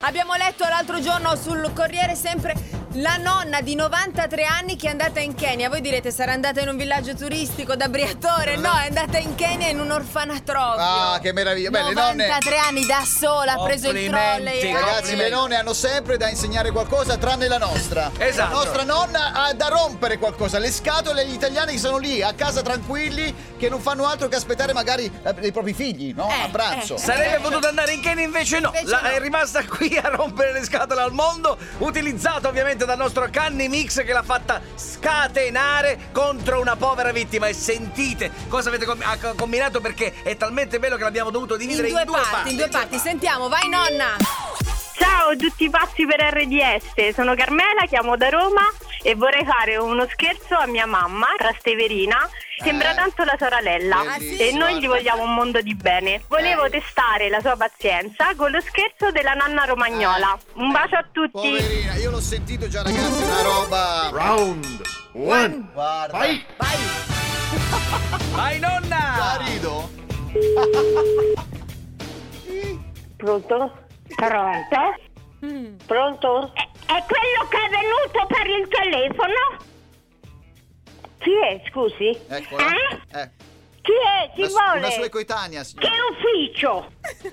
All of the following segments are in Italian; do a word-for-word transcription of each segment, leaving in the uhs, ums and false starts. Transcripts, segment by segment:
Abbiamo letto l'altro giorno sul Corriere sempre la nonna di novantatré anni che è andata in Kenya. Voi direte sarà andata in un villaggio turistico da Briatore? No, è andata in Kenya in un orfanatrofio. Ah, che meraviglia. Beh, novantatré le nonne... anni da sola, ha preso il trolley. Ragazzi, le nonne hanno sempre da insegnare qualcosa tranne la nostra. Esatto. La nostra nonna ha da rompere qualcosa. Le scatole agli italiani che sono lì a casa tranquilli, che non fanno altro che aspettare magari eh, i propri figli, no? Eh, a pranzo. eh, Sarebbe potuta andare in Kenya, invece no. Invece La- no. È rimasta qui a rompere le scatole al mondo, utilizzata ovviamente dal nostro Canny Mix, che l'ha fatta scatenare contro una povera vittima. E sentite cosa avete com- ha combinato, perché è talmente bello che l'abbiamo dovuto dividere In due parti, in due parti. Sentiamo, vai nonna. Ciao tutti pazzi per R D S, sono Carmela, chiamo da Roma e vorrei fare uno scherzo a mia mamma, Rasteverina, sembra Eh. tanto la sorella Bellissimo. e noi gli vogliamo un mondo di bene. Volevo Eh. testare la sua pazienza con lo scherzo della nanna romagnola. Un bacio a tutti. Poverina, io l'ho sentito già, ragazzi, una roba. Round one. Guarda. Fight. Vai. Vai Già nonna! rido. Pronto? Pronto? Pronto? È, è quello che è venuto per il telefono? Chi è, scusi? Eccola. Eh? Eh, Chi è? Chi una, su- vuole? una sua coetanea, signora. Che ufficio?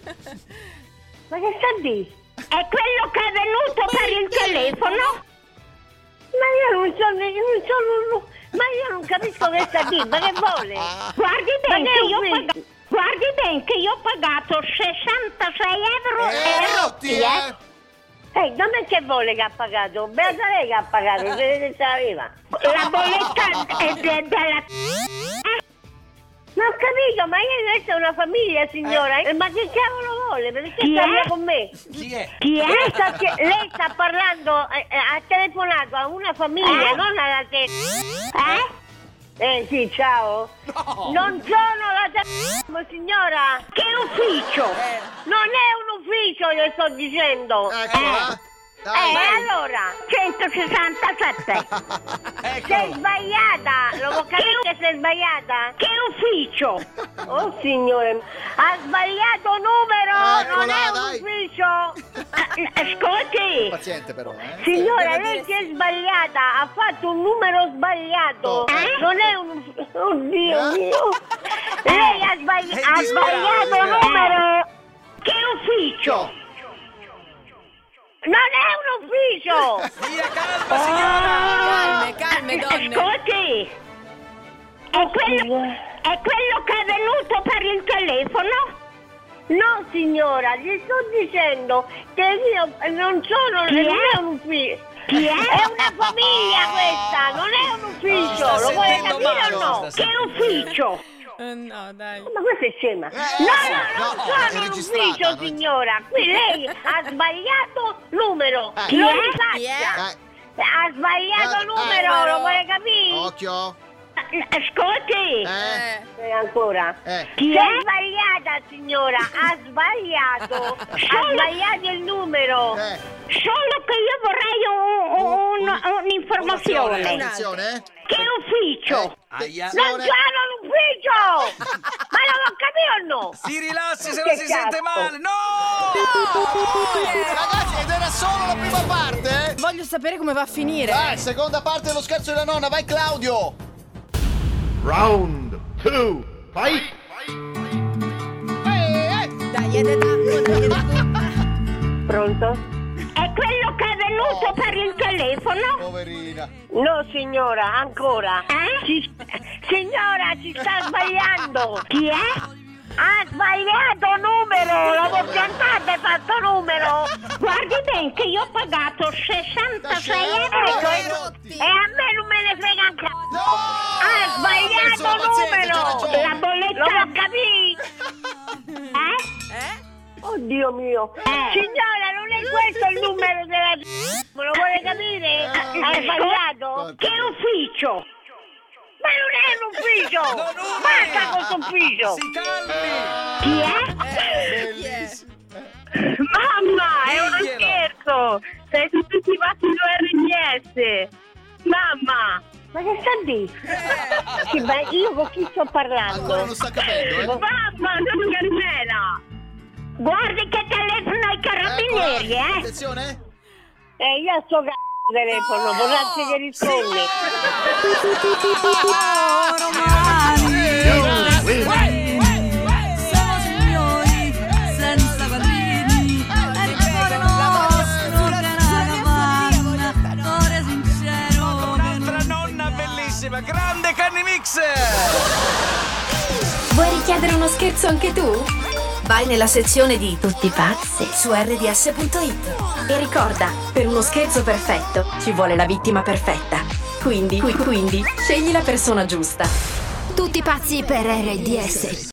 Ma che sta di? È quello che è venuto per il telefono? Ma io non so, non so, ma io non capisco che sta di, ma che vuole? Guardi bene che io ho pagato, guardi bene che io ho pagato sessantasei euro Eh, e rotti, rotti, eh? Eh, non è che vuole che ha pagato? Beata lei che ha pagato, se se l'aveva. La bolletta è de- della... Eh? Ma ho capito, ma io questa è una famiglia, signora. Eh. Ma che cavolo vuole? Perché sta via con me? Chi è? Chi è? Lei sta, lei sta parlando, eh, eh, ha telefonato a una famiglia, Eh? non alla te. Eh? Eh sì, ciao. No. Non sono la te... signora. Che ufficio? Non è un ufficio, le sto dicendo. Eccola. Eh, Dai. allora, centosessantasette. Ecco. Sei sbagliata, lo può capire che sei sbagliata? Che ufficio? Oh signore, ha sbagliato numero, Eccola, non è un dai. ufficio. Ascolti, Paziente però, eh. signora, Devo lei dire si è sbagliata, ha fatto un numero sbagliato. Oh, eh. Non è un ufficio, oddio Eh? mio. Lei ha, sbagli- È ha disperato, sbagliato disperato. numero. Che ufficio? Non è un ufficio! Via, calma signora! Calme, calme, donne. Ascolti! È quello, è quello che è venuto per il telefono? No signora, gli sto dicendo che io non sono, non è un ufficio. Chi è? È una famiglia questa, non è un ufficio, sta lo vuole sentendo capire male, o no? sta Che sentendo. ufficio? Eh, no, dai. Ma questa è scema. Eh, no, sì, no, no, non è sono un registrata, ufficio, non- signora. Qui lei ha sbagliato numero. Eh. Chi lo Chi rifaccia. Eh, Ha sbagliato Eh, numero, eh. lo vuole capire? occhio. Ascolti. Eh, Eh, ancora. eh. Chi è? Sbagliata signora, ha sbagliato. Ha sbagliato il numero. Eh. Solo che io vorrei un- un- un'informazione. Attenzione, eh. Che ufficio? Aia. Non sono l'ufficio! Ma non ho capito o no? Si rilassi se Che non si sente cazzo? male. No! Ragazzi, ed era solo la prima parte, eh. Voglio sapere come va a finire. Vai, seconda parte dello scherzo della nonna, vai Claudio. Round two. Fight. Eh, eh. Dai, ed è tanto, dai, ed è tanto. Pronto? È quello che è venuto per il telefono? Poverina. No signora, ancora. Eh? Ci- signora, ci sta sbagliando. Chi è? Ha sbagliato numero, l'avevo piantato e fatto numero. Guardi bene che io ho pagato sessantasei euro Erotti. e a me non me ne frega un cazzo. No! Ha sbagliato Sono paziente, c'ha numero. ragione. La bolletta lo può capire? Eh? Eh? Oddio mio. Signora, non è questo il numero della... Me lo vuole capire? Hai sbagliato? Che ufficio? Ma non è un ufficio! Non Basta questo ufficio! Si calmi! Chi è? Chi è? Mamma, è uno Diglielo. scherzo! Sei su tutti i passi su R D S! Mamma! Ma che sta di? Sì, ma io con chi sto Ancora parlando? non sta capendo, eh. Mamma, sono Carmela! Guardi che telefono hai carabinieri, Eccola. eh? Attenzione. Eh, io sto c***o telefono, può darsi che rispondi. Siamo signori senza quattrini e il cuore nostro che era capanna, cuore sincero. Un'altra nonna bellissima, grande Canny Mix! Vuoi richiedere uno scherzo anche tu? Vai nella sezione di Tutti pazzi su erre di esse punto it e ricorda, per uno scherzo perfetto ci vuole la vittima perfetta. Quindi, qui- quindi, scegli la persona giusta. Tutti pazzi per erre di esse.